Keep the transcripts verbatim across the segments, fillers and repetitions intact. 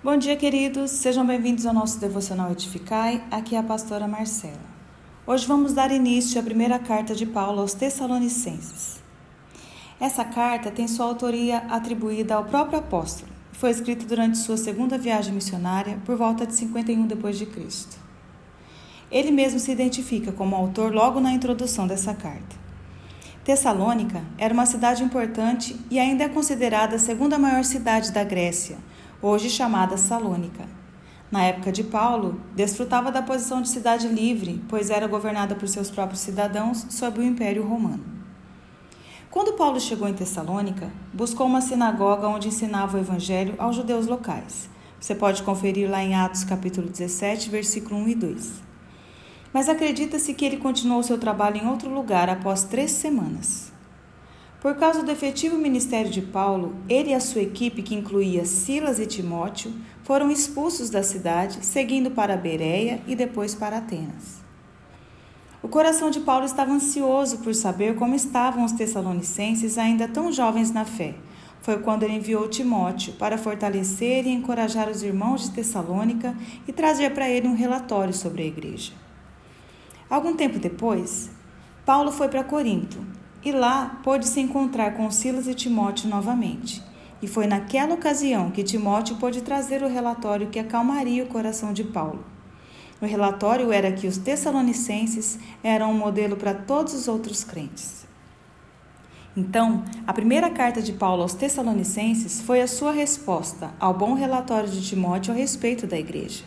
Bom dia, queridos. Sejam bem-vindos ao nosso Devocional Edificai. Aqui é a pastora Marcela. Hoje vamos dar início à primeira carta de Paulo aos Tessalonicenses. Essa carta tem sua autoria atribuída ao próprio apóstolo. Foi escrita durante sua segunda viagem missionária, por volta de cinquenta e um depois de Cristo. Ele mesmo se identifica como autor logo na introdução dessa carta. Tessalônica era uma cidade importante e ainda é considerada a segunda maior cidade da Grécia, hoje chamada Salônica. Na época de Paulo, desfrutava da posição de cidade livre, pois era governada por seus próprios cidadãos sob o Império Romano. Quando Paulo chegou em Tessalônica, buscou uma sinagoga onde ensinava o evangelho aos judeus locais. Você pode conferir lá em Atos capítulo dezessete, versículo um e dois. Mas acredita-se que ele continuou seu trabalho em outro lugar após três semanas. Por causa do efetivo ministério de Paulo, ele e a sua equipe, que incluía Silas e Timóteo, foram expulsos da cidade, seguindo para Bereia e depois para Atenas. O coração de Paulo estava ansioso por saber como estavam os tessalonicenses ainda tão jovens na fé. Foi quando ele enviou Timóteo para fortalecer e encorajar os irmãos de Tessalônica e trazer para ele um relatório sobre a igreja. Algum tempo depois, Paulo foi para Corinto, e lá pôde se encontrar com Silas e Timóteo novamente. E foi naquela ocasião que Timóteo pôde trazer o relatório que acalmaria o coração de Paulo. O relatório era que os tessalonicenses eram um modelo para todos os outros crentes. Então, a primeira carta de Paulo aos Tessalonicenses foi a sua resposta ao bom relatório de Timóteo a respeito da igreja.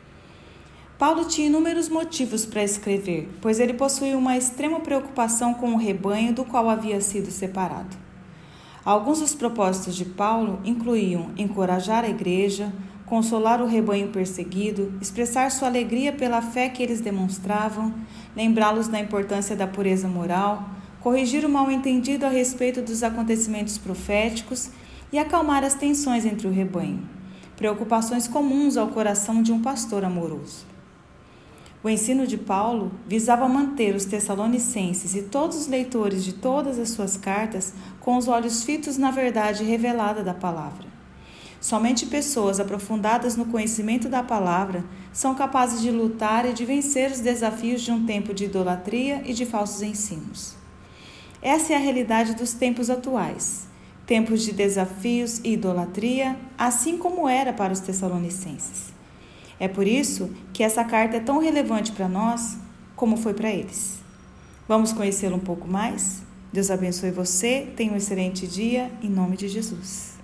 Paulo tinha inúmeros motivos para escrever, pois ele possuía uma extrema preocupação com o rebanho do qual havia sido separado. Alguns dos propósitos de Paulo incluíam encorajar a igreja, consolar o rebanho perseguido, expressar sua alegria pela fé que eles demonstravam, lembrá-los da importância da pureza moral, corrigir o mal-entendido a respeito dos acontecimentos proféticos e acalmar as tensões entre o rebanho, preocupações comuns ao coração de um pastor amoroso. O ensino de Paulo visava manter os tessalonicenses e todos os leitores de todas as suas cartas com os olhos fitos na verdade revelada da palavra. Somente pessoas aprofundadas no conhecimento da palavra são capazes de lutar e de vencer os desafios de um tempo de idolatria e de falsos ensinos. Essa é a realidade dos tempos atuais, tempos de desafios e idolatria, assim como era para os tessalonicenses. É por isso que essa carta é tão relevante para nós como foi para eles. Vamos conhecê-lo um pouco mais? Deus abençoe você, tenha um excelente dia, em nome de Jesus.